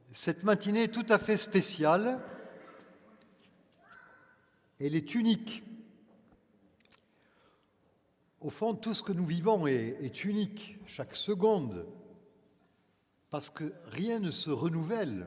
Cette matinée tout à fait spéciale, elle est unique. Au fond, tout ce que nous vivons est unique, chaque seconde, parce que rien ne se renouvelle.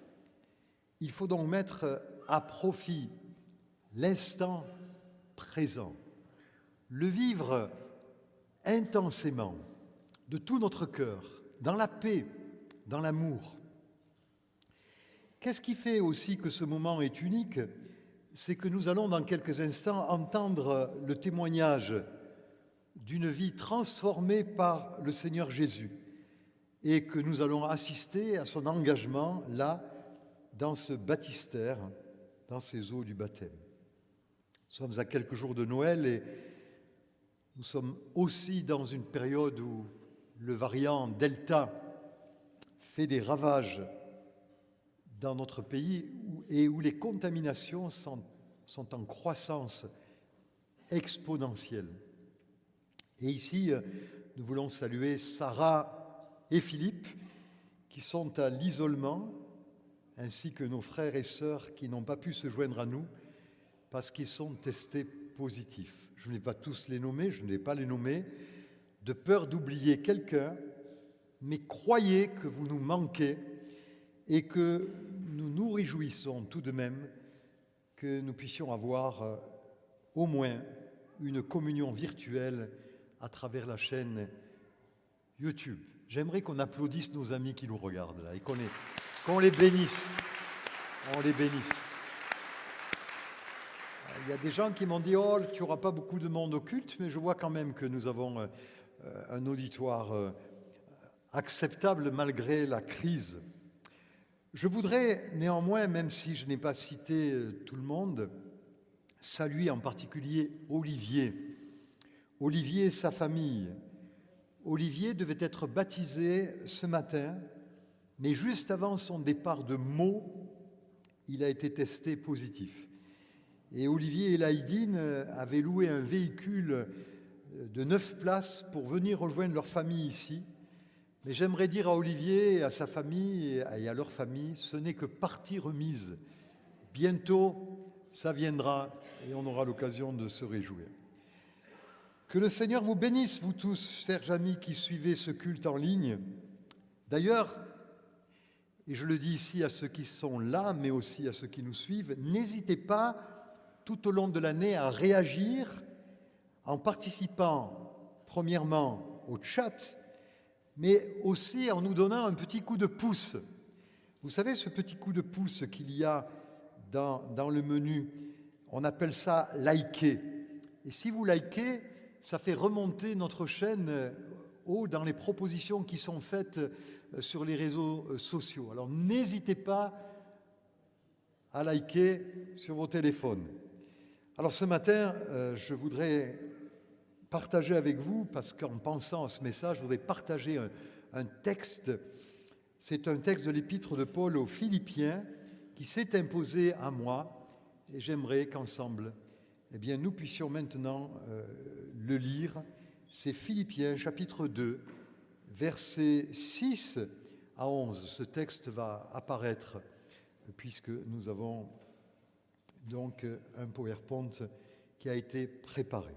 Il faut donc mettre à profit l'instant présent, le vivre intensément, de tout notre cœur, dans la paix, dans l'amour. Qu'est-ce qui fait aussi que ce moment est unique? C'est que nous allons dans quelques instants entendre le témoignage d'une vie transformée par le Seigneur Jésus et que nous allons assister à son engagement là, dans ce baptistère, dans ces eaux du baptême. Nous sommes à quelques jours de Noël et nous sommes aussi dans une période où le variant Delta fait des ravages dans notre pays et où les contaminations sont en croissance exponentielle. Et ici, nous voulons saluer Sarah et Philippe qui sont à l'isolement, ainsi que nos frères et sœurs qui n'ont pas pu se joindre à nous parce qu'ils sont testés positifs. Je ne vais pas tous les nommer, je ne vais pas les nommer, de peur d'oublier quelqu'un, mais croyez que vous nous manquez et que nous nous réjouissons tout de même que nous puissions avoir au moins une communion virtuelle à travers la chaîne YouTube. J'aimerais qu'on applaudisse nos amis qui nous regardent là et qu'on les bénisse. On les bénisse. Il y a des gens qui m'ont dit « Oh, tu n'auras pas beaucoup de monde au culte », mais je vois quand même que nous avons un auditoire acceptable malgré la crise. Je voudrais néanmoins, même si je n'ai pas cité tout le monde, saluer en particulier Olivier. Olivier et sa famille. Olivier devait être baptisé ce matin, mais juste avant son départ de Meaux, il a été testé positif. Et Olivier et Laïdine avaient loué un véhicule de 9 places pour venir rejoindre leur famille ici. Mais j'aimerais dire à Olivier et à sa famille et à leur famille, ce n'est que partie remise. Bientôt, ça viendra et on aura l'occasion de se réjouir. Que le Seigneur vous bénisse, vous tous, chers amis qui suivez ce culte en ligne. D'ailleurs, et je le dis ici à ceux qui sont là, mais aussi à ceux qui nous suivent, n'hésitez pas tout au long de l'année à réagir en participant premièrement au chat, mais aussi en nous donnant un petit coup de pouce. Vous savez, ce petit coup de pouce qu'il y a dans le menu, on appelle ça « liker ». Et si vous likez, ça fait remonter notre chaîne haut dans les propositions qui sont faites sur les réseaux sociaux. Alors n'hésitez pas à liker sur vos téléphones. Alors ce matin, je voudrais partager avec vous, parce qu'en pensant à ce message, je voudrais partager un texte. C'est un texte de l'épître de Paul aux Philippiens qui s'est imposé à moi et j'aimerais qu'ensemble, nous puissions maintenant le lire. C'est Philippiens chapitre 2, versets 6 à 11. Ce texte va apparaître puisque nous avons donc un PowerPoint qui a été préparé.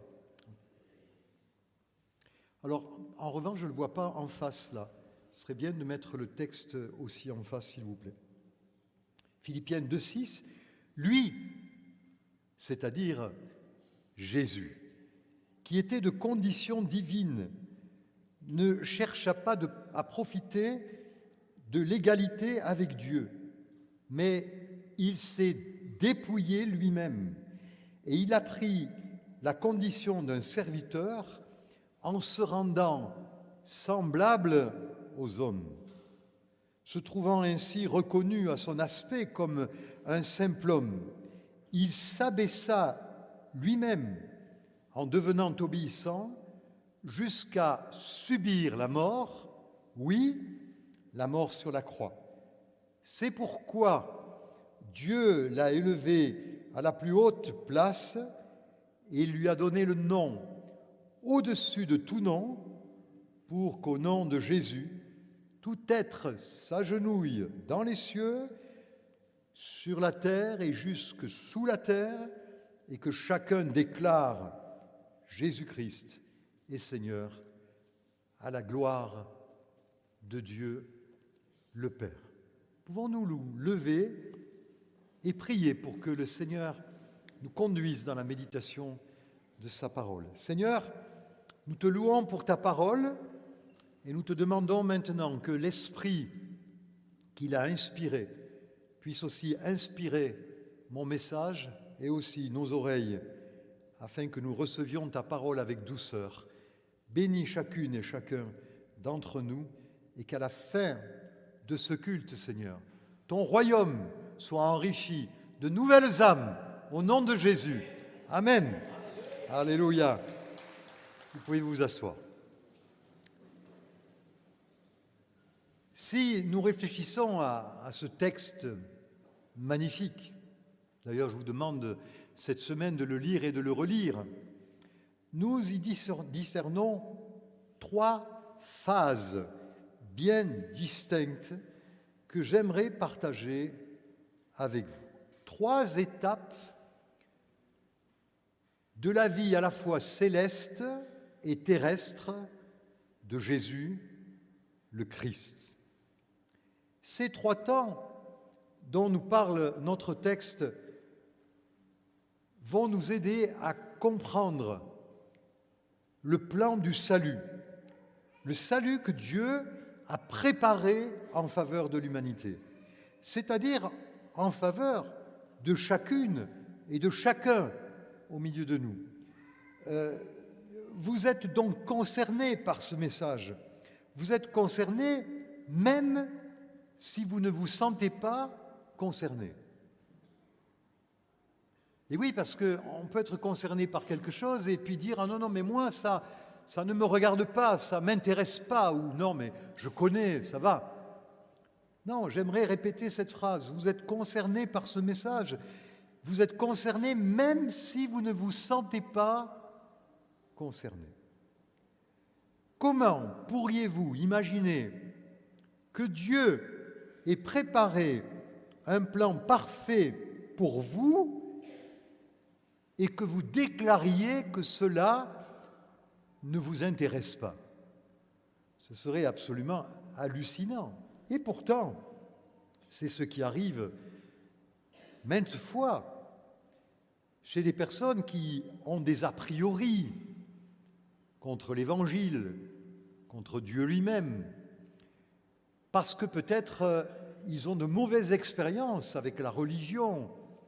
Alors, en revanche, je ne le vois pas en face là. Ce serait bien de mettre le texte aussi en face, s'il vous plaît. Philippiens 2,6, lui, c'est-à-dire Jésus, qui était de condition divine, ne chercha pas à profiter de l'égalité avec Dieu, mais il s'est dépouillé lui-même et il a pris la condition d'un serviteur en se rendant semblable aux hommes, se trouvant ainsi reconnu à son aspect comme un simple homme. Il s'abaissa lui-même en devenant obéissant jusqu'à subir la mort, oui, la mort sur la croix. C'est pourquoi Dieu l'a élevé à la plus haute place et lui a donné le nom au-dessus de tout nom, pour qu'au nom de Jésus, tout être s'agenouille dans les cieux, sur la terre et jusque sous la terre, et que chacun déclare Jésus-Christ est Seigneur, à la gloire de Dieu le Père. Pouvons-nous nous lever et prier pour que le Seigneur nous conduise dans la méditation de sa parole. Seigneur, nous te louons pour ta parole et nous te demandons maintenant que l'Esprit qui l'a inspiré puisse aussi inspirer mon message et aussi nos oreilles, afin que nous recevions ta parole avec douceur. Bénis chacune et chacun d'entre nous et qu'à la fin de ce culte, Seigneur, ton royaume soit enrichi de nouvelles âmes au nom de Jésus. Amen. Alléluia. Vous pouvez vous asseoir. Si nous réfléchissons à ce texte magnifique, d'ailleurs je vous demande cette semaine de le lire et de le relire, nous y discernons 3 phases bien distinctes que j'aimerais partager avec vous. 3 étapes de la vie à la fois céleste et terrestre de Jésus, le Christ. Ces 3 temps dont nous parle notre texte vont nous aider à comprendre le plan du salut, le salut que Dieu a préparé en faveur de l'humanité, c'est-à-dire en faveur de chacune et de chacun au milieu de nous. Vous êtes donc concernés par ce message. Vous êtes concernés même si vous ne vous sentez pas concernés. Et oui, parce qu'on peut être concerné par quelque chose et puis dire « Ah non, non, mais moi, ça ne me regarde pas, ça ne m'intéresse pas » ou « Non, mais je connais, ça va ». Non, j'aimerais répéter cette phrase. Vous êtes concernés par ce message. Vous êtes concernés même si vous ne vous sentez pas concernés. Comment pourriez-vous imaginer que Dieu ait préparé un plan parfait pour vous et que vous déclariez que cela ne vous intéresse pas? Ce serait absolument hallucinant. Et pourtant, c'est ce qui arrive maintes fois chez des personnes qui ont des a priori contre l'Évangile, contre Dieu lui-même, parce que peut-être ils ont de mauvaises expériences avec la religion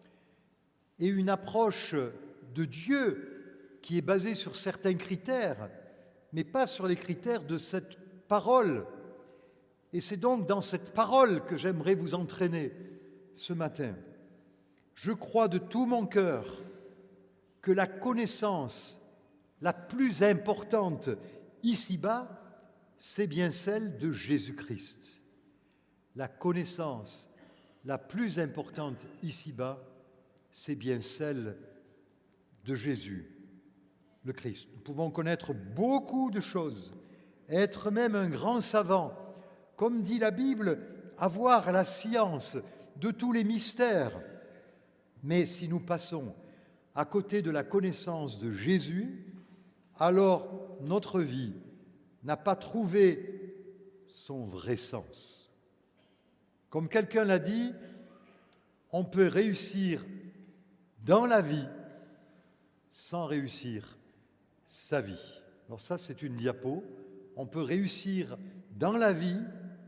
et une approche de Dieu qui est basée sur certains critères, mais pas sur les critères de cette parole. Et c'est donc dans cette parole que j'aimerais vous entraîner ce matin. Je crois de tout mon cœur que la connaissance la plus importante ici-bas, c'est bien celle de Jésus-Christ. La connaissance la plus importante ici-bas, c'est bien celle de Jésus, le Christ. Nous pouvons connaître beaucoup de choses, être même un grand savant, comme dit la Bible, avoir la science de tous les mystères. Mais si nous passons à côté de la connaissance de Jésus, alors notre vie n'a pas trouvé son vrai sens. Comme quelqu'un l'a dit, on peut réussir dans la vie sans réussir sa vie. Alors ça, c'est une diapo. On peut réussir dans la vie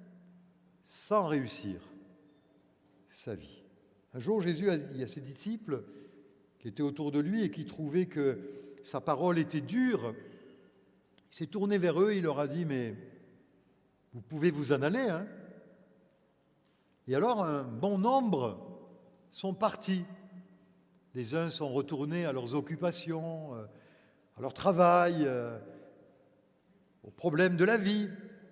sans réussir sa vie. Un jour, Jésus a dit à ses disciples qui étaient autour de lui et qui trouvaient que sa parole était dure, il s'est tourné vers eux et il leur a dit « Mais vous pouvez vous en aller, hein ?» Et alors, un bon nombre sont partis. Les uns sont retournés à leurs occupations, à leur travail, aux problèmes de la vie.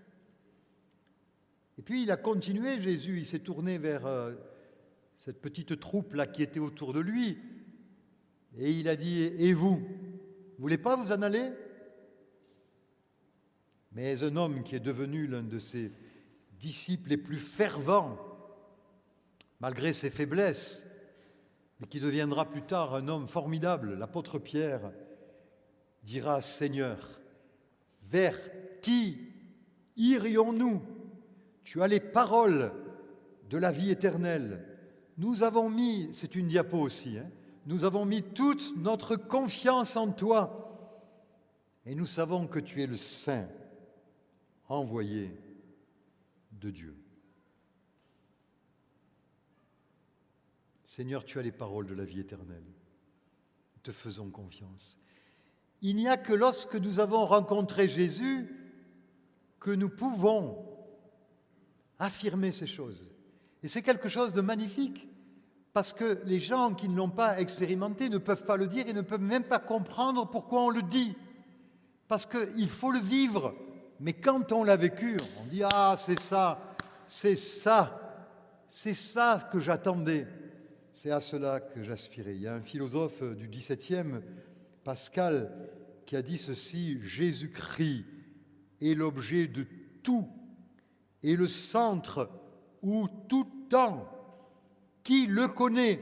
Et puis il a continué, Jésus, il s'est tourné vers cette petite troupe-là qui était autour de lui, et il a dit « Et vous voulez pas vous en aller ?» Mais un homme qui est devenu l'un de ses disciple les plus fervents, malgré ses faiblesses, mais qui deviendra plus tard un homme formidable, l'apôtre Pierre, dira « Seigneur, vers qui irions-nous ? Tu as les paroles de la vie éternelle. Nous avons mis, c'est une diapo aussi, nous avons mis toute notre confiance en toi et nous savons que tu es le Saint envoyé de Dieu. Seigneur, tu as les paroles de la vie éternelle. Nous te faisons confiance. Il n'y a que lorsque nous avons rencontré Jésus que nous pouvons affirmer ces choses. Et c'est quelque chose de magnifique, parce que les gens qui ne l'ont pas expérimenté ne peuvent pas le dire et ne peuvent même pas comprendre pourquoi on le dit. Parce qu'il faut le vivre. Mais quand on l'a vécu, on dit « Ah, c'est ça que j'attendais, c'est à cela que j'aspirais. » Il y a un philosophe du XVIIe, Pascal, qui a dit ceci: « Jésus-Christ est l'objet de tout et le centre où tout temps, qui le connaît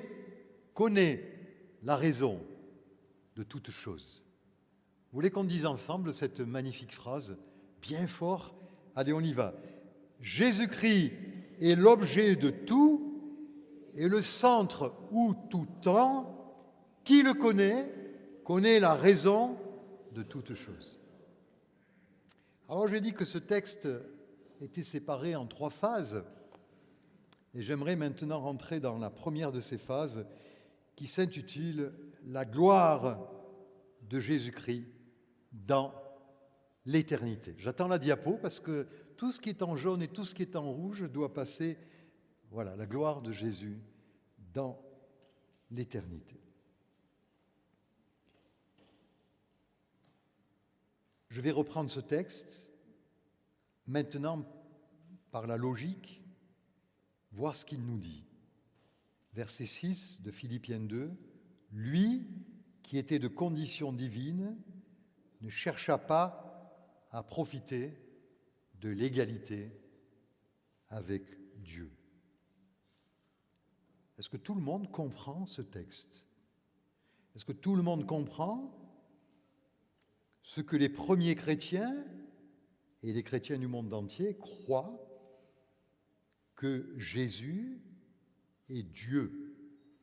la raison de toute chose. » Vous voulez qu'on dise ensemble cette magnifique phrase, bien fort? Allez, on y va. Jésus-Christ est l'objet de tout et le centre où tout temps, qui le connaît la raison de toute chose. Alors j'ai dit que ce texte était séparé en 3 phases et j'aimerais maintenant rentrer dans la première de ces phases qui s'intitule « La gloire de Jésus-Christ dans l'éternité ». J'attends la diapo parce que tout ce qui est en jaune et tout ce qui est en rouge doit passer, voilà, la gloire de Jésus dans l'éternité. Je vais reprendre ce texte maintenant par la logique, voir ce qu'il nous dit. Verset 6 de Philippiens 2, « Lui, qui était de condition divine, ne chercha pas à profiter de l'égalité avec Dieu. » Est-ce que tout le monde comprend ce texte? Est-ce que tout le monde comprend ce que les premiers chrétiens et les chrétiens du monde entier croient, que Jésus est Dieu?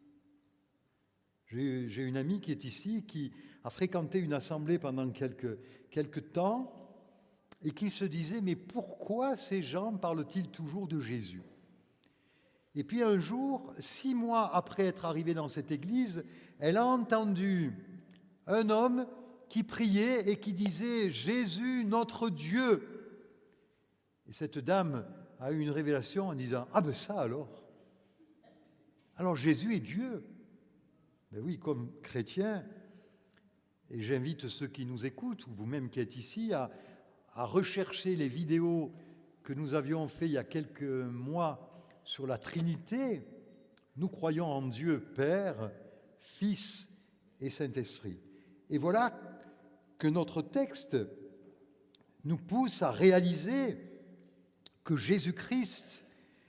J'ai une amie qui est ici, qui a fréquenté une assemblée pendant quelques temps et qui se disait « Mais pourquoi ces gens parlent-ils toujours de Jésus ?» Et puis un jour, 6 mois après être arrivée dans cette église, elle a entendu un homme qui priait et qui disait « Jésus, notre Dieu ». Et cette dame a eu une révélation en disant « Ah ben ça alors Jésus est Dieu ». Ben oui, comme chrétien, et j'invite ceux qui nous écoutent, ou vous-même qui êtes ici, à rechercher les vidéos que nous avions fait il y a quelques mois sur la Trinité. Nous croyons en Dieu Père, Fils et Saint-Esprit. Et voilà que notre texte nous pousse à réaliser que Jésus-Christ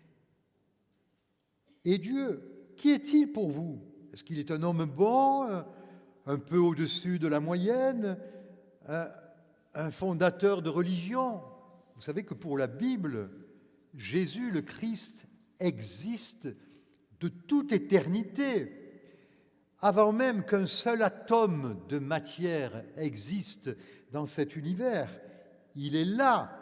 est Dieu. Qui est-il pour vous? Est-ce qu'il est un homme bon, un peu au-dessus de la moyenne, un fondateur de religion? Vous savez que pour la Bible, Jésus, le Christ, existe de toute éternité. Avant même qu'un seul atome de matière existe dans cet univers, il est là,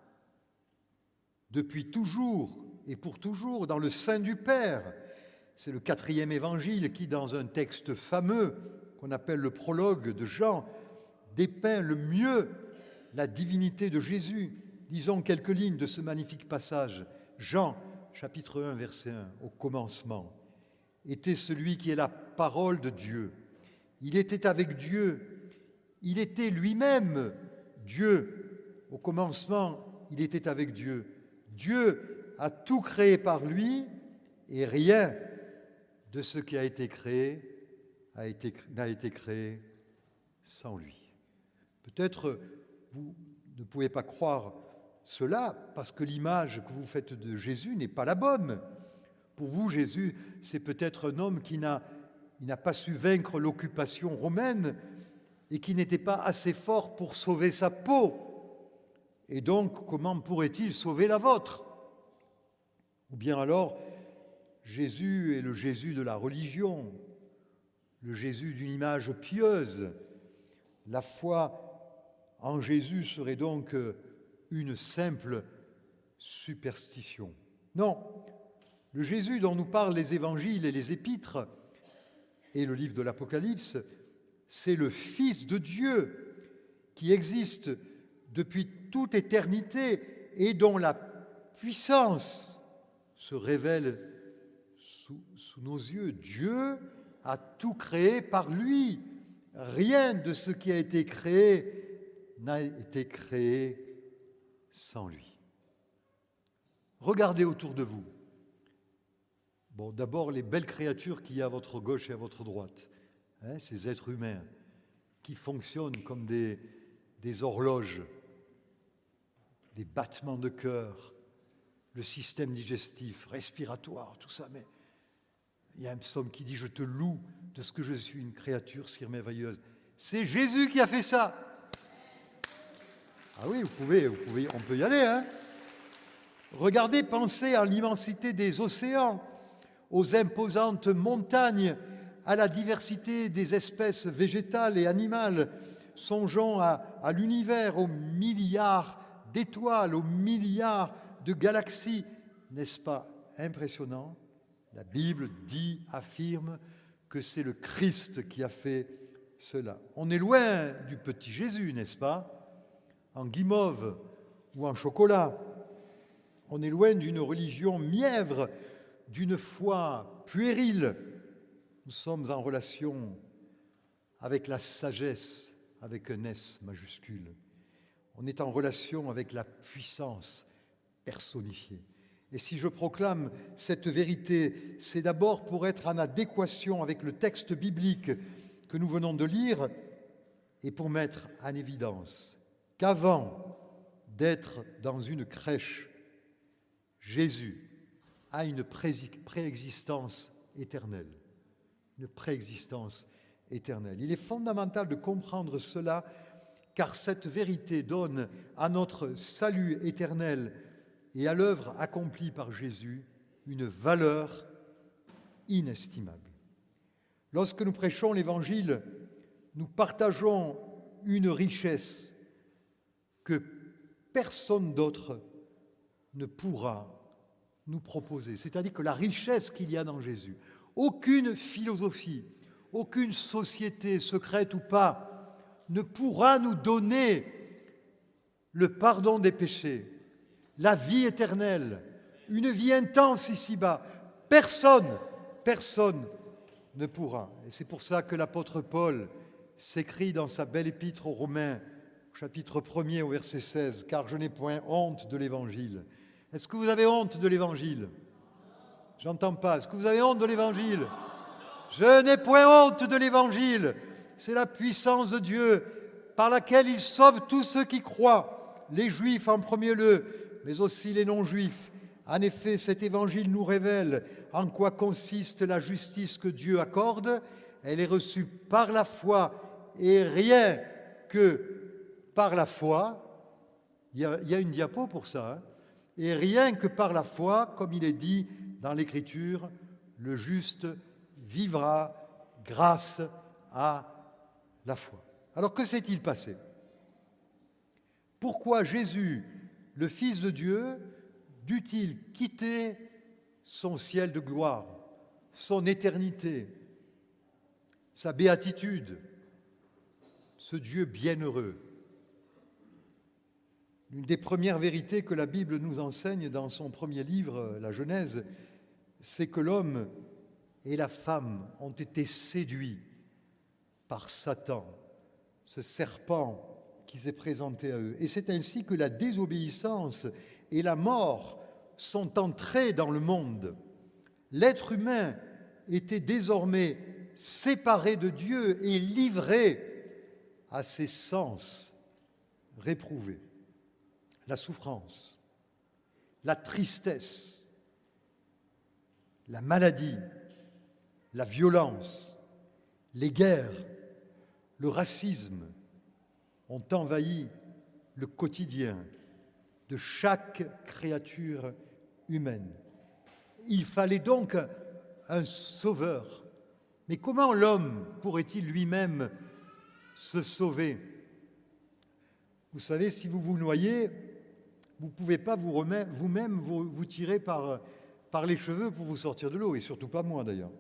depuis toujours et pour toujours, dans le sein du Père. C'est le 4e évangile qui, dans un texte fameux qu'on appelle le prologue de Jean, dépeint le mieux la divinité de Jésus. Lisons quelques lignes de ce magnifique passage. Jean, chapitre 1, verset 1, au commencement, était celui qui est la parole de Dieu. Il était avec Dieu. Il était lui-même Dieu. Au commencement, il était avec Dieu. Dieu a tout créé par lui et rien de ce qui a été créé n'a été créé sans lui. Peut-être vous ne pouvez pas croire cela parce que l'image que vous faites de Jésus n'est pas la bonne. Pour vous, Jésus, c'est peut-être un homme qui n'a pas su vaincre l'occupation romaine et qui n'était pas assez fort pour sauver sa peau. Et donc, comment pourrait-il sauver la vôtre? Ou bien alors, Jésus est le Jésus de la religion, le Jésus d'une image pieuse. La foi en Jésus serait donc une simple superstition. Non, le Jésus dont nous parlent les évangiles et les épîtres et le livre de l'Apocalypse, c'est le Fils de Dieu qui existe depuis toute éternité et dont la puissance se révèle sous nos yeux. Dieu a tout créé par lui. Rien de ce qui a été créé n'a été créé sans lui. Regardez autour de vous. Bon, d'abord, les belles créatures qu'il y a à votre gauche et à votre droite, ces êtres humains qui fonctionnent comme des horloges, des battements de cœur, le système digestif, respiratoire, tout ça. Mais il y a un psaume qui dit « Je te loue de ce que je suis une créature si merveilleuse ». C'est Jésus qui a fait ça. Ah oui, vous pouvez, on peut y aller. Regardez, pensez à l'immensité des océans, aux imposantes montagnes, à la diversité des espèces végétales et animales. Songeons à l'univers, aux milliards d'étoiles, aux milliards de galaxies. N'est-ce pas impressionnant? La Bible affirme que c'est le Christ qui a fait cela. On est loin du petit Jésus, n'est-ce pas? En guimauve ou en chocolat. On est loin d'une religion mièvre, d'une foi puérile. Nous sommes en relation avec la sagesse, avec un S majuscule. On est en relation avec la puissance personnifiée. Et si je proclame cette vérité, c'est d'abord pour être en adéquation avec le texte biblique que nous venons de lire et pour mettre en évidence qu'avant d'être dans une crèche, Jésus a une préexistence éternelle. Une préexistence éternelle. Il est fondamental de comprendre cela, car cette vérité donne à notre salut éternel et à l'œuvre accomplie par Jésus une valeur inestimable. Lorsque nous prêchons l'Évangile, nous partageons une richesse que personne d'autre ne pourra nous proposer. C'est-à-dire que la richesse qu'il y a dans Jésus, aucune philosophie, aucune société, secrète ou pas, ne pourra nous donner le pardon des péchés, la vie éternelle, une vie intense ici-bas. Personne ne pourra. Et c'est pour ça que l'apôtre Paul s'écrit dans sa belle épître aux Romains, chapitre 1er au verset 16, « Car je n'ai point honte de l'Évangile ». Est-ce que vous avez honte de l'Évangile? J'entends pas. Est-ce que vous avez honte de l'Évangile? Je n'ai point honte de l'Évangile. C'est la puissance de Dieu par laquelle il sauve tous ceux qui croient, les Juifs en premier lieu, mais aussi les non-Juifs. En effet, cet Évangile nous révèle en quoi consiste la justice que Dieu accorde. Elle est reçue par la foi et rien que par la foi. Il y a une diapo pour ça, Et rien que par la foi, comme il est dit dans l'Écriture, le juste vivra grâce à la foi. Alors que s'est-il passé? Pourquoi Jésus, le Fils de Dieu, dut-il quitter son ciel de gloire, son éternité, sa béatitude, ce Dieu bienheureux? L'une des premières vérités que la Bible nous enseigne dans son premier livre, la Genèse, c'est que l'homme et la femme ont été séduits par Satan, ce serpent qui s'est présenté à eux. Et c'est ainsi que la désobéissance et la mort sont entrées dans le monde. L'être humain était désormais séparé de Dieu et livré à ses sens réprouvés. la souffrance, la tristesse, la maladie, la violence, les guerres, le racisme ont envahi le quotidien de chaque créature humaine. Il fallait donc un sauveur. Mais comment l'homme pourrait-il lui-même se sauver? Vous savez, si vous vous noyez, vous ne pouvez pas vous-même vous tirer par les cheveux pour vous sortir de l'eau, et surtout pas moi d'ailleurs.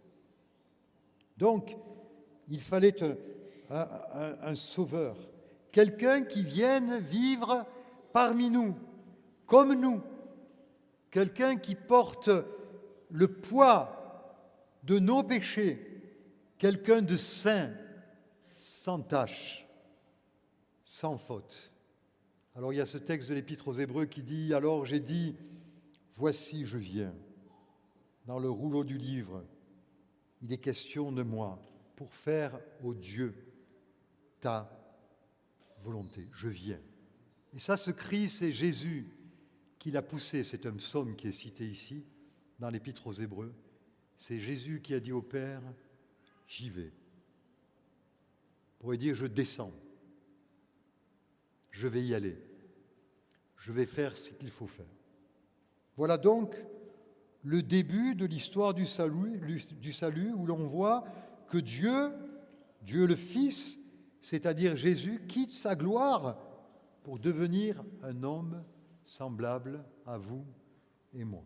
Donc, il fallait un sauveur, quelqu'un qui vienne vivre parmi nous, comme nous, quelqu'un qui porte le poids de nos péchés, quelqu'un de saint, sans tache, sans faute. Alors il y a ce texte de l'Épître aux Hébreux qui dit « Alors j'ai dit, voici je viens. Dans le rouleau du livre, il est question de moi pour faire, ô Dieu, ta volonté. Je viens. » Et ça, ce cri, c'est Jésus qui l'a poussé. C'est un psaume qui est cité ici, dans l'Épître aux Hébreux. C'est Jésus qui a dit au Père, j'y vais. On pourrait dire, je descends. Je vais y aller. Je vais faire ce qu'il faut faire. Voilà donc le début de l'histoire du salut où l'on voit que Dieu le Fils, c'est-à-dire Jésus, quitte sa gloire pour devenir un homme semblable à vous et moi.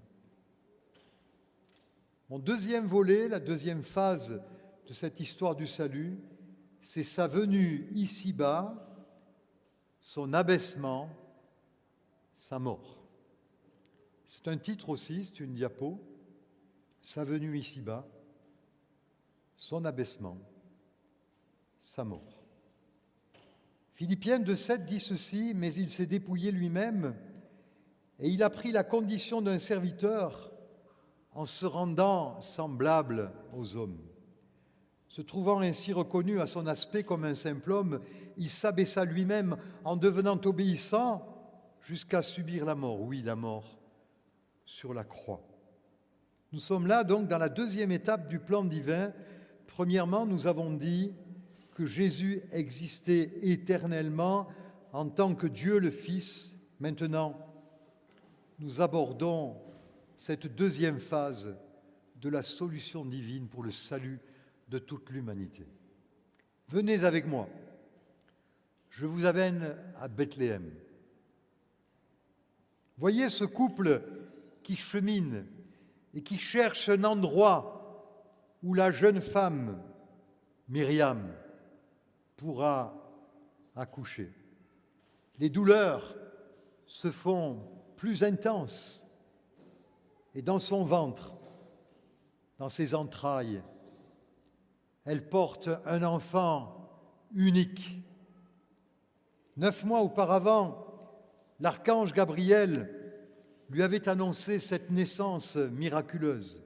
Mon deuxième volet, la deuxième phase de cette histoire du salut, c'est sa venue ici-bas, son abaissement, sa mort. C'est un titre aussi, c'est une diapo, sa venue ici-bas, son abaissement, sa mort. Philippiens 2,7 dit ceci, mais il s'est dépouillé lui-même et il a pris la condition d'un serviteur en se rendant semblable aux hommes. Se trouvant ainsi reconnu à son aspect comme un simple homme, il s'abaissa lui-même en devenant obéissant jusqu'à subir la mort. Oui, la mort sur la croix. Nous sommes là donc dans la deuxième étape du plan divin. Premièrement, nous avons dit que Jésus existait éternellement en tant que Dieu le Fils. Maintenant, nous abordons cette deuxième phase de la solution divine pour le salut de toute l'humanité. Venez avec moi. Je vous amène à Bethléem. Voyez ce couple qui chemine et qui cherche un endroit où la jeune femme, Myriam, pourra accoucher. Les douleurs se font plus intenses et dans son ventre, dans ses entrailles, elle porte un enfant unique. 9 mois auparavant, l'archange Gabriel lui avait annoncé cette naissance miraculeuse.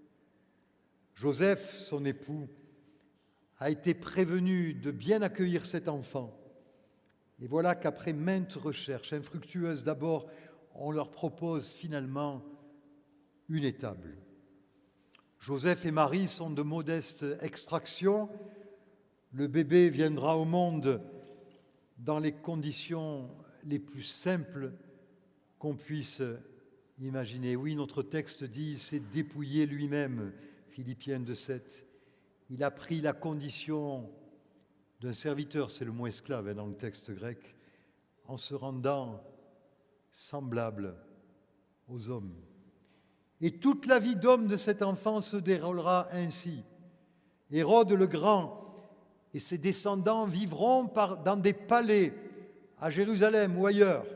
Joseph, son époux, a été prévenu de bien accueillir cet enfant. Et voilà qu'après maintes recherches infructueuses, d'abord, on leur propose finalement une étable. Joseph et Marie sont de modeste extraction. Le bébé viendra au monde dans les conditions les plus simples qu'on puisse imaginer. Oui, notre texte dit, il s'est dépouillé lui-même, Philippiens 2,7. Il a pris la condition d'un serviteur, c'est le mot esclave dans le texte grec, en se rendant semblable aux hommes. Et toute la vie d'homme de cet enfant se déroulera ainsi. Hérode le Grand et ses descendants vivront dans des palais à Jérusalem ou ailleurs.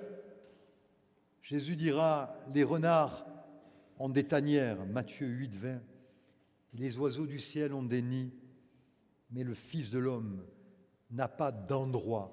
Jésus dira, les renards ont des tanières, Matthieu 8, 20. Les oiseaux du ciel ont des nids, mais le Fils de l'homme n'a pas d'endroit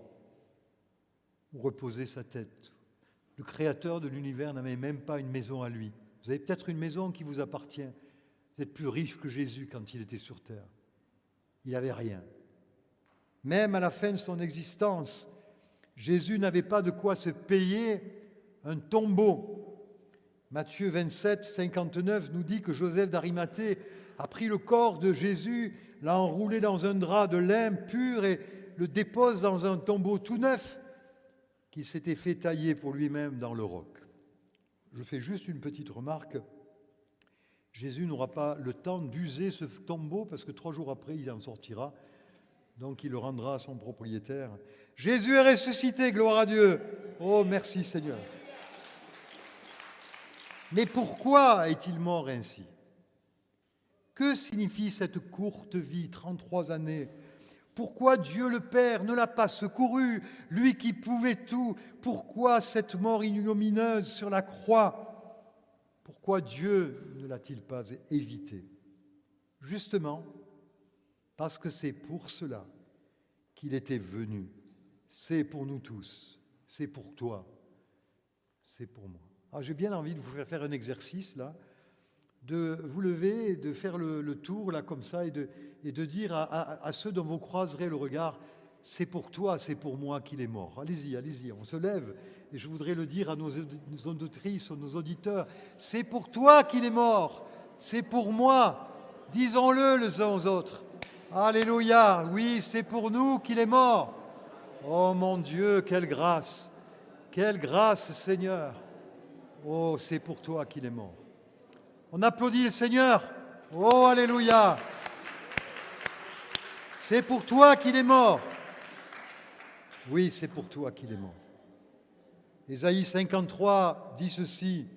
où reposer sa tête. Le Créateur de l'univers n'avait même pas une maison à lui. Vous avez peut-être une maison qui vous appartient. Vous êtes plus riche que Jésus quand il était sur terre. Il n'avait rien. Même à la fin de son existence, Jésus n'avait pas de quoi se payer un tombeau. Matthieu 27, 59 nous dit que Joseph d'Arimathée a pris le corps de Jésus, l'a enroulé dans un drap de lin pur et le dépose dans un tombeau tout neuf qu'il s'était fait tailler pour lui-même dans le roc. Je fais juste une petite remarque. Jésus n'aura pas le temps d'user ce tombeau parce que 3 jours après, il en sortira. Donc, il le rendra à son propriétaire. Jésus est ressuscité, gloire à Dieu. Oh, merci Seigneur. Mais pourquoi est-il mort ainsi ? Que signifie cette courte vie, 33 années ? Pourquoi Dieu le Père ne l'a pas secouru, lui qui pouvait tout ? Pourquoi cette mort ignominieuse sur la croix ? Pourquoi Dieu ne l'a-t-il pas évité ? Justement, parce que c'est pour cela qu'il était venu. C'est pour nous tous, c'est pour toi, c'est pour moi. Alors, j'ai bien envie de vous faire un exercice là, de vous lever et de faire le tour là comme ça et de dire à ceux dont vous croiserez le regard, c'est pour toi, c'est pour moi qu'il est mort. Allez-y, allez-y, on se lève et je voudrais le dire à nos auditrices, à nos auditeurs, c'est pour toi qu'il est mort, c'est pour moi, disons-le les uns aux autres. Alléluia, oui, c'est pour nous qu'il est mort. Oh mon Dieu, quelle grâce Seigneur. Oh, c'est pour toi qu'il est mort. On applaudit le Seigneur. Oh, alléluia. C'est pour toi qu'il est mort. Oui, c'est pour toi qu'il est mort. Ésaïe 53 dit ceci,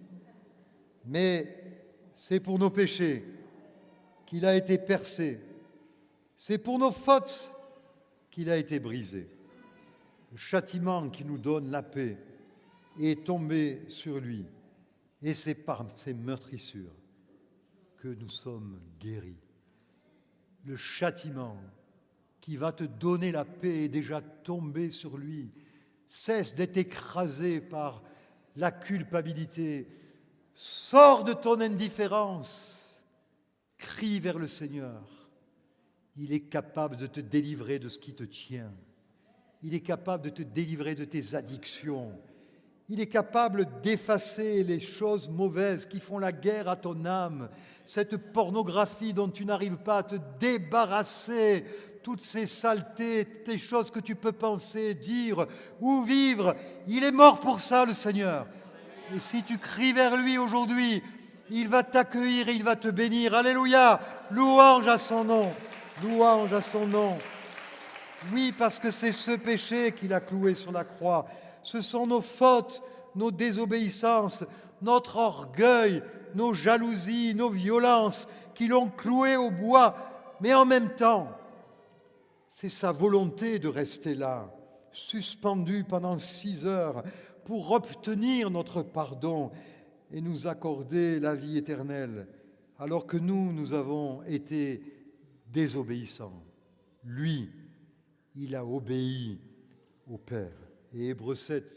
mais c'est pour nos péchés qu'il a été percé. C'est pour nos fautes qu'il a été brisé. Le châtiment qui nous donne la paix est tombé sur lui. Et c'est par ses meurtrissures que nous sommes guéris. Le châtiment qui va te donner la paix est déjà tombé sur lui. Cesse d'être écrasé par la culpabilité. Sors de ton indifférence. Crie vers le Seigneur. Il est capable de te délivrer de ce qui te tient. Il est capable de te délivrer de tes addictions. Il est capable d'effacer les choses mauvaises qui font la guerre à ton âme, cette pornographie dont tu n'arrives pas à te débarrasser, toutes ces saletés, toutes les choses que tu peux penser, dire ou vivre. Il est mort pour ça, le Seigneur. Et si tu cries vers lui aujourd'hui, il va t'accueillir et il va te bénir. Alléluia! Louange à son nom. Louange à son nom. Oui, parce que c'est ce péché qu'il a cloué sur la croix. Ce sont nos fautes, nos désobéissances, notre orgueil, nos jalousies, nos violences qui l'ont cloué au bois. Mais en même temps, c'est sa volonté de rester là, suspendu pendant 6 heures pour obtenir notre pardon et nous accorder la vie éternelle, alors que nous avons été désobéissants. Lui, il a obéi au Père. Et Hébreux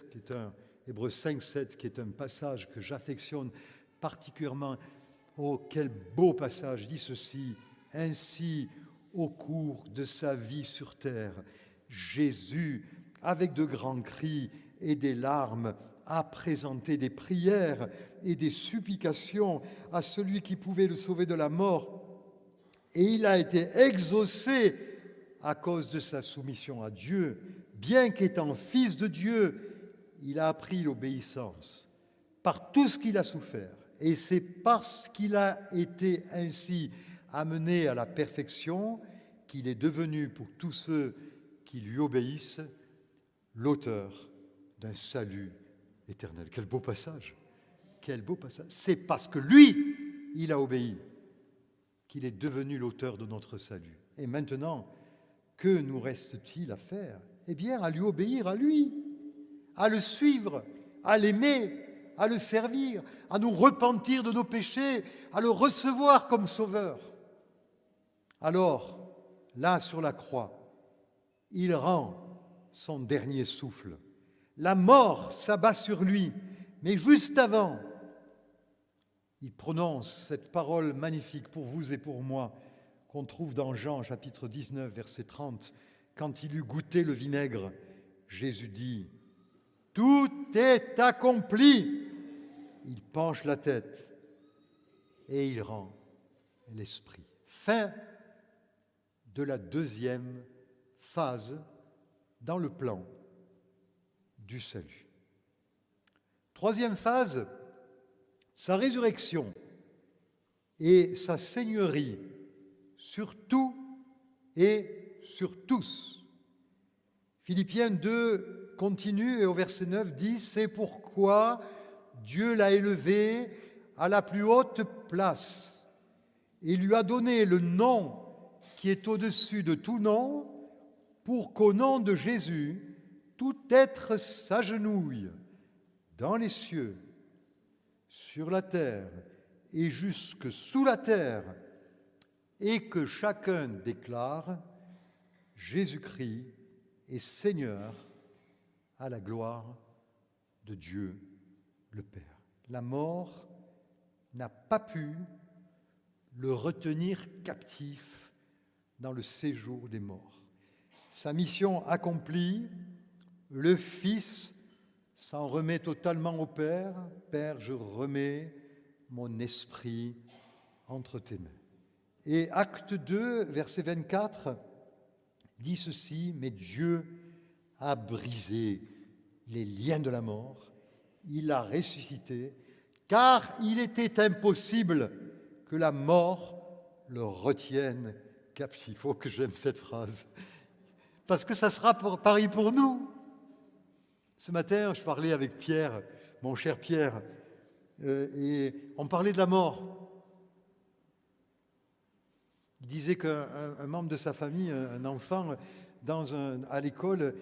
5, 7, qui est un passage que j'affectionne particulièrement. Oh, quel beau passage, dit ceci. Ainsi, au cours de sa vie sur terre, Jésus, avec de grands cris et des larmes, a présenté des prières et des supplications à celui qui pouvait le sauver de la mort. Et il a été exaucé à cause de sa soumission à Dieu. Bien qu'étant fils de Dieu, il a appris l'obéissance par tout ce qu'il a souffert. Et c'est parce qu'il a été ainsi amené à la perfection qu'il est devenu, pour tous ceux qui lui obéissent, l'auteur d'un salut éternel. Quel beau passage! Quel beau passage! C'est parce que lui, il a obéi, qu'il est devenu l'auteur de notre salut. Et maintenant, que nous reste-t-il à faire ? Eh bien, à lui obéir à lui, à le suivre, à l'aimer, à le servir, à nous repentir de nos péchés, à le recevoir comme sauveur. Alors, là sur la croix, il rend son dernier souffle. La mort s'abat sur lui, mais juste avant, il prononce cette parole magnifique pour vous et pour moi, qu'on trouve dans Jean chapitre 19, verset 30. Quand il eut goûté le vinaigre, Jésus dit, tout est accompli. Il penche la tête et il rend l'esprit. Fin de la deuxième phase dans le plan du salut. Troisième phase, sa résurrection et sa seigneurie sur tout et sur tous. Philippiens 2 continue et au verset 9 dit « C'est pourquoi Dieu l'a élevé à la plus haute place et lui a donné le nom qui est au-dessus de tout nom, pour qu'au nom de Jésus, tout être s'agenouille dans les cieux, sur la terre et jusque sous la terre, et que chacun déclare « Jésus-Christ est Seigneur à la gloire de Dieu le Père ». La mort n'a pas pu le retenir captif dans le séjour des morts. Sa mission accomplie, le Fils s'en remet totalement au Père. « Père, je remets mon esprit entre tes mains ». Et acte 2, verset 24, dit ceci, « Mais Dieu a brisé les liens de la mort, il a ressuscité, car il était impossible que la mort le retienne captif. » Il faut que j'aime cette phrase, parce que ça sera pareil pour nous. Ce matin, je parlais avec Pierre, mon cher Pierre, et on parlait de la mort. Il disait qu'un membre de sa famille, un enfant, à l'école,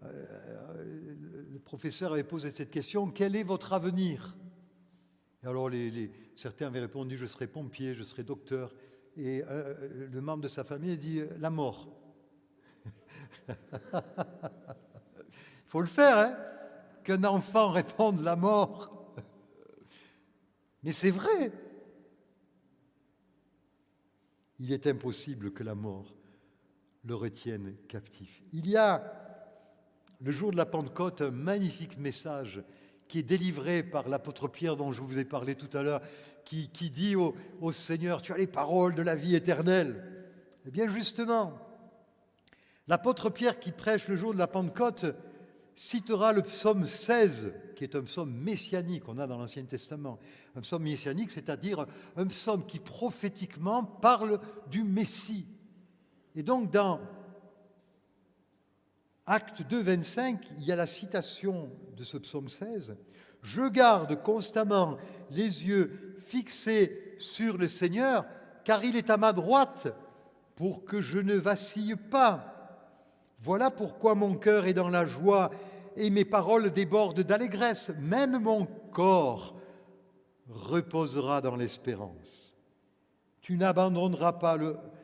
le professeur avait posé cette question, « Quel est votre avenir ?» Et alors certains avaient répondu, « Je serai pompier, je serai docteur. » Et le membre de sa famille a dit, « La mort. » Il faut le faire, hein, qu'un enfant réponde la mort. Mais c'est vrai. Il est impossible que la mort le retienne captif. Il y a, le jour de la Pentecôte, un magnifique message qui est délivré par l'apôtre Pierre dont je vous ai parlé tout à l'heure, qui dit au Seigneur, « Tu as les paroles de la vie éternelle. » Eh bien justement, l'apôtre Pierre qui prêche le jour de la Pentecôte citera le psaume 16, qui est un psaume messianique qu'on a dans l'Ancien Testament. Un psaume messianique, c'est-à-dire un psaume qui prophétiquement parle du Messie. Et donc dans Acte 2, 25, il y a la citation de ce psaume 16. « Je garde constamment les yeux fixés sur le Seigneur, car il est à ma droite, pour que je ne vacille pas. Voilà pourquoi mon cœur est dans la joie et mes paroles débordent d'allégresse. Même mon corps reposera dans l'espérance. Tu ne m'abandonneras pas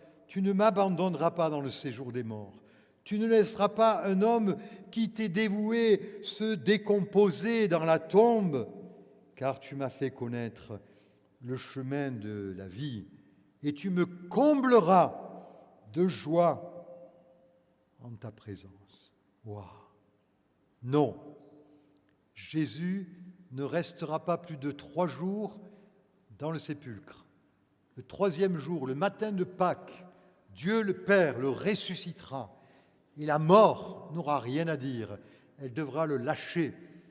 dans le séjour des morts. Tu ne laisseras pas un homme qui t'est dévoué se décomposer dans la tombe, car tu m'as fait connaître le chemin de la vie et tu me combleras de joie en ta présence. » Waouh! Non, Jésus ne restera pas plus de 3 jours dans le sépulcre. Le 3e jour, le matin de Pâques, Dieu le Père le ressuscitera. Et la mort n'aura rien à dire, elle devra le lâcher.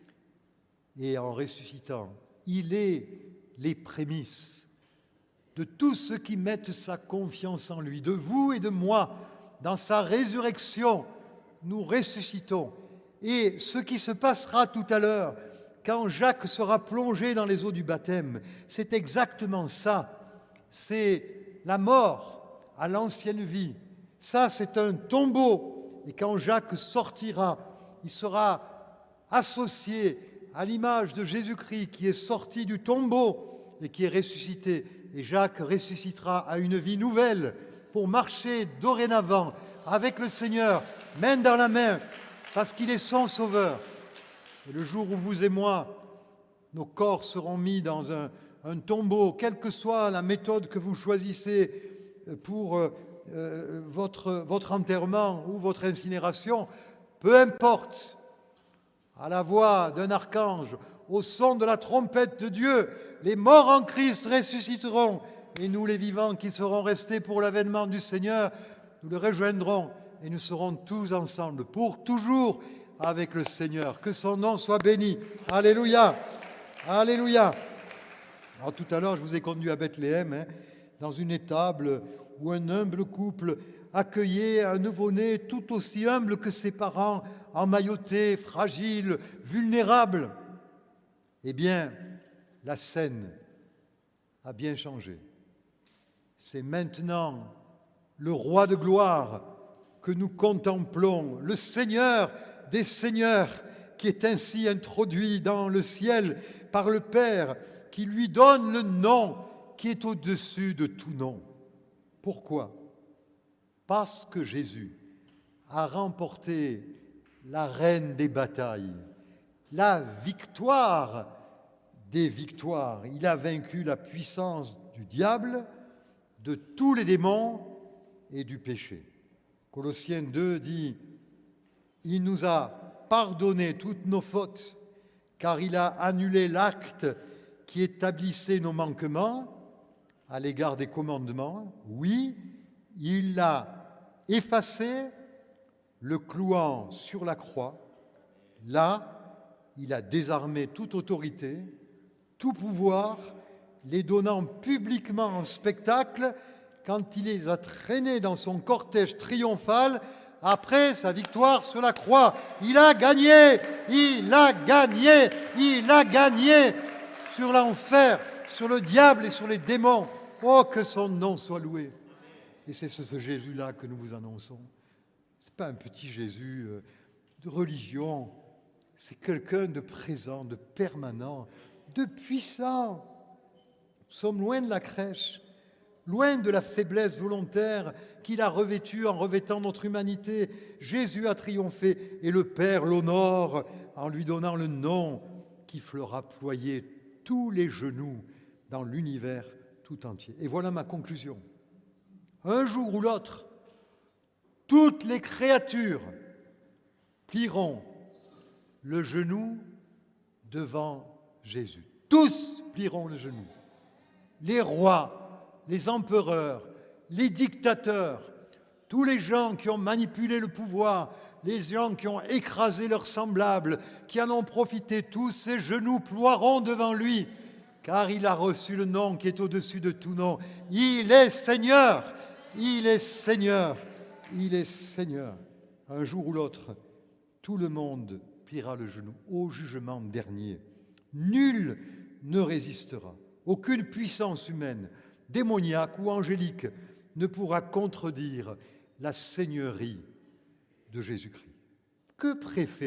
Et en ressuscitant, il est les prémices de tous ceux qui mettent sa confiance en lui, de vous et de moi. Dans sa résurrection, nous ressuscitons. Et ce qui se passera tout à l'heure, quand Jacques sera plongé dans les eaux du baptême, c'est exactement ça. C'est la mort à l'ancienne vie. Ça, c'est un tombeau. Et quand Jacques sortira, il sera associé à l'image de Jésus-Christ qui est sorti du tombeau et qui est ressuscité. Et Jacques ressuscitera à une vie nouvelle pour marcher dorénavant avec le Seigneur, main dans la main, parce qu'il est son sauveur. Et le jour où vous et moi, nos corps seront mis dans un tombeau, quelle que soit la méthode que vous choisissez pour votre enterrement ou votre incinération, peu importe, à la voix d'un archange, au son de la trompette de Dieu, les morts en Christ ressusciteront, et nous, les vivants qui serons restés pour l'avènement du Seigneur, nous le rejoindrons et nous serons tous ensemble pour toujours avec le Seigneur. Que son nom soit béni. Alléluia. Alléluia. Alors, tout à l'heure, je vous ai conduit à Bethléem, dans une étable où un humble couple accueillait un nouveau-né tout aussi humble que ses parents, emmaillotés, fragiles, vulnérables. Eh bien, la scène a bien changé. C'est maintenant le roi de gloire que nous contemplons, le Seigneur des seigneurs, qui est ainsi introduit dans le ciel par le Père, qui lui donne le nom qui est au-dessus de tout nom. Pourquoi ? Parce que Jésus a remporté la reine des batailles, la victoire des victoires. Il a vaincu la puissance du diable, de tous les démons et du péché. Colossiens 2 dit « Il nous a pardonné toutes nos fautes, car il a annulé l'acte qui établissait nos manquements à l'égard des commandements. Oui, il l'a effacé, le clouant sur la croix. Là, il a désarmé toute autorité, tout pouvoir, les donnant publiquement en spectacle quand il les a traînés dans son cortège triomphal après sa victoire sur la croix. Il a gagné, il a gagné, il a gagné sur l'enfer, sur le diable et sur les démons. Oh, que son nom soit loué. Et c'est ce Jésus-là que nous vous annonçons. Ce n'est pas un petit Jésus de religion, c'est quelqu'un de présent, de permanent, de puissant. Nous sommes loin de la crèche, loin de la faiblesse volontaire qu'il a revêtue en revêtant notre humanité. Jésus a triomphé et le Père l'honore en lui donnant le nom qui fera ployer tous les genoux dans l'univers tout entier. Et voilà ma conclusion. Un jour ou l'autre, toutes les créatures plieront le genou devant Jésus. Tous plieront le genou. Les rois, les empereurs, les dictateurs, tous les gens qui ont manipulé le pouvoir, les gens qui ont écrasé leurs semblables, qui en ont profité, tous ces genoux ploieront devant lui, car il a reçu le nom qui est au-dessus de tout nom. Il est Seigneur, il est Seigneur, il est Seigneur. Un jour ou l'autre, tout le monde pliera le genou au jugement dernier. Nul ne résistera. Aucune puissance humaine, démoniaque ou angélique, ne pourra contredire la seigneurie de Jésus-Christ. Que préférez-vous ?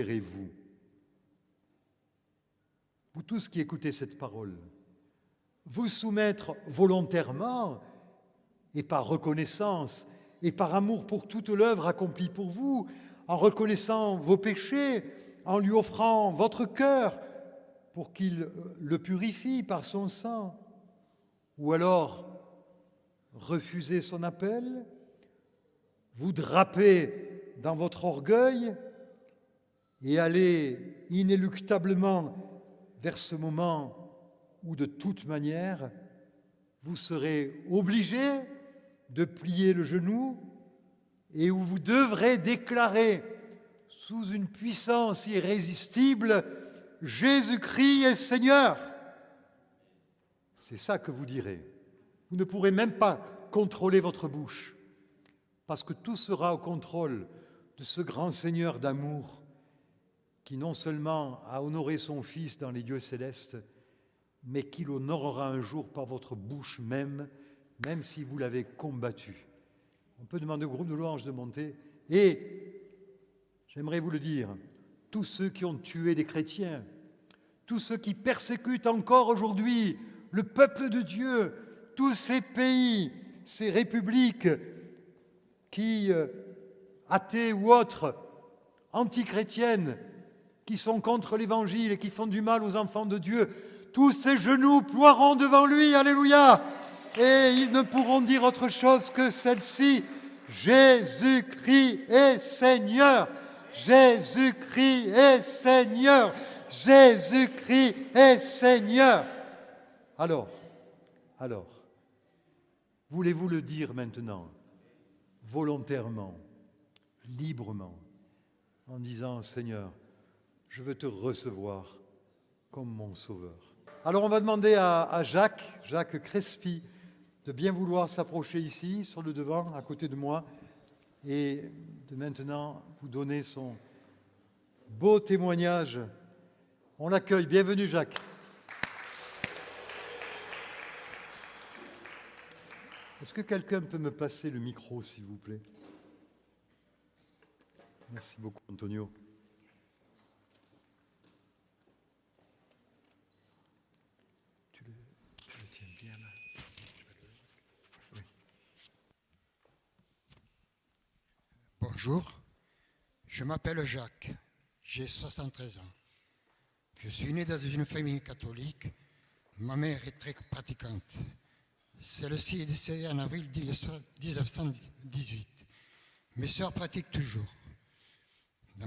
Vous tous qui écoutez cette parole, vous soumettre volontairement et par reconnaissance et par amour pour toute l'œuvre accomplie pour vous, en reconnaissant vos péchés, en lui offrant votre cœur pour qu'il le purifie par son sang, ou alors refuser son appel, vous draper dans votre orgueil et aller inéluctablement vers ce moment où de toute manière vous serez obligé de plier le genou et où vous devrez déclarer sous une puissance irrésistible « Jésus-Christ est Seigneur ». C'est ça que vous direz. Vous ne pourrez même pas contrôler votre bouche, parce que tout sera au contrôle de ce grand Seigneur d'amour qui non seulement a honoré son Fils dans les lieux célestes, mais qui l'honorera un jour par votre bouche même si vous l'avez combattu. On peut demander au groupe de louanges de monter. Et, j'aimerais vous le dire, tous ceux qui ont tué des chrétiens, tous ceux qui persécutent encore aujourd'hui le peuple de Dieu, tous ces pays, ces républiques qui, athées ou autres, antichrétiennes, qui sont contre l'Évangile et qui font du mal aux enfants de Dieu, tous ces genoux ploieront devant lui, alléluia, et ils ne pourront dire autre chose que celle-ci, Jésus-Christ est Seigneur, Jésus-Christ est Seigneur. Jésus-Christ est Seigneur. Alors, voulez-vous le dire maintenant, volontairement, librement, en disant, Seigneur, je veux te recevoir comme mon sauveur. Alors on va demander à Jacques Crespi, de bien vouloir s'approcher ici, sur le devant, à côté de moi, et de maintenant vous donner son beau témoignage. On l'accueille. Bienvenue, Jacques. Est-ce que quelqu'un peut me passer le micro, s'il vous plaît? Merci beaucoup, Antonio. Tu le tiens bien là. Oui. Bonjour, je m'appelle Jacques, j'ai 73 ans. Je suis né dans une famille catholique, ma mère est très pratiquante. Celle-ci est décédée en avril 1918. Mes sœurs pratiquent toujours. Dans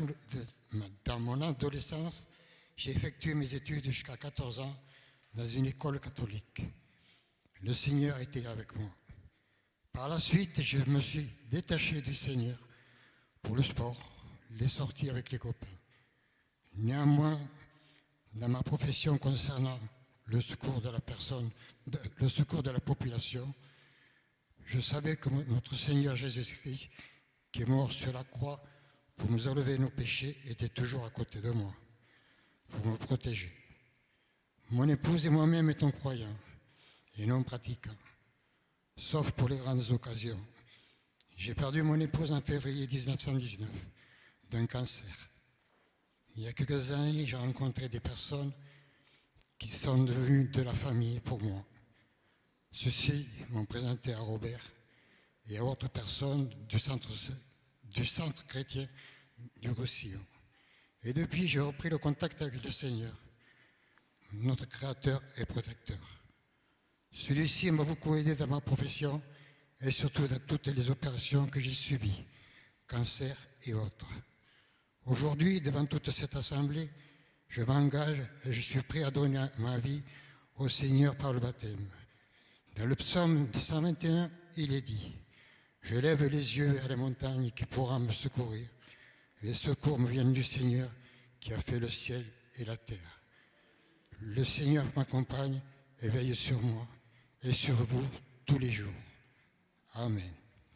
mon adolescence, j'ai effectué mes études jusqu'à 14 ans dans une école catholique. Le Seigneur était avec moi. Par la suite, je me suis détaché du Seigneur pour le sport, les sorties avec les copains. Néanmoins, dans ma profession concernant le secours de la personne, le secours de la population, je savais que notre Seigneur Jésus-Christ, qui est mort sur la croix pour nous enlever nos péchés, était toujours à côté de moi, pour me protéger. Mon épouse et moi-même étions croyants et non pratiquants, sauf pour les grandes occasions. J'ai perdu mon épouse en février 1919 d'un cancer. Il y a quelques années, j'ai rencontré des personnes qui sont devenues de la famille pour moi. Ceux-ci m'ont présenté à Robert et à autres personnes du centre chrétien du Roussillon. Et depuis, j'ai repris le contact avec le Seigneur, notre Créateur et Protecteur. Celui-ci m'a beaucoup aidé dans ma profession et surtout dans toutes les opérations que j'ai subies, cancer et autres. Aujourd'hui, devant toute cette assemblée, je m'engage et je suis prêt à donner ma vie au Seigneur par le baptême. Dans le psaume 121, il est dit « Je lève les yeux vers les montagnes qui pourront me secourir. Les secours me viennent du Seigneur qui a fait le ciel et la terre. Le Seigneur m'accompagne et veille sur moi et sur vous tous les jours. Amen. »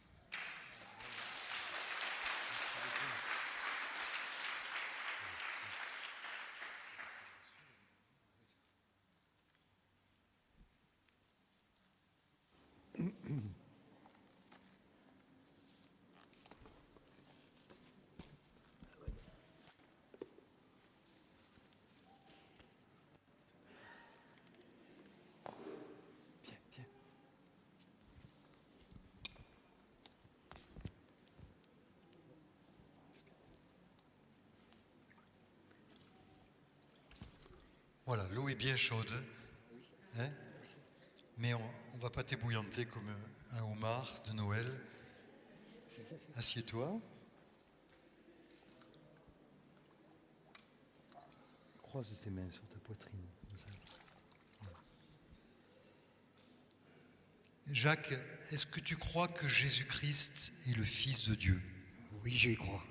Voilà, l'eau est bien chaude, hein, mais on ne va pas t'ébouillanter comme un homard de Noël. Assieds-toi. Croise tes mains sur ta poitrine. Jacques, est-ce que tu crois que Jésus-Christ est le Fils de Dieu? Oui, j'y crois.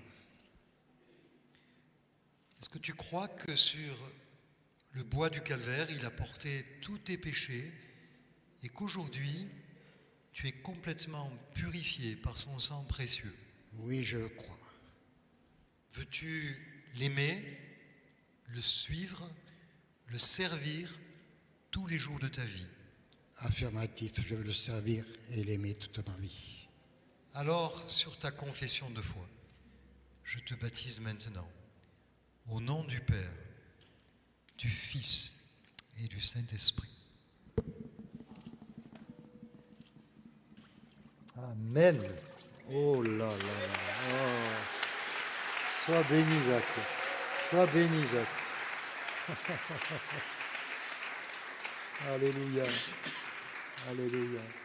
Est-ce que tu crois que sur le bois du calvaire, il a porté tous tes péchés et qu'aujourd'hui, tu es complètement purifié par son sang précieux? Oui, je le crois. Veux-tu l'aimer, le suivre, le servir tous les jours de ta vie? Affirmatif, je veux le servir et l'aimer toute ma vie. Alors, sur ta confession de foi, je te baptise maintenant, au nom du Père, du Fils et du Saint-Esprit. Amen. Oh là là là. Oh. Sois béni, Jacques. Sois béni, Jacques. Alléluia. Alléluia.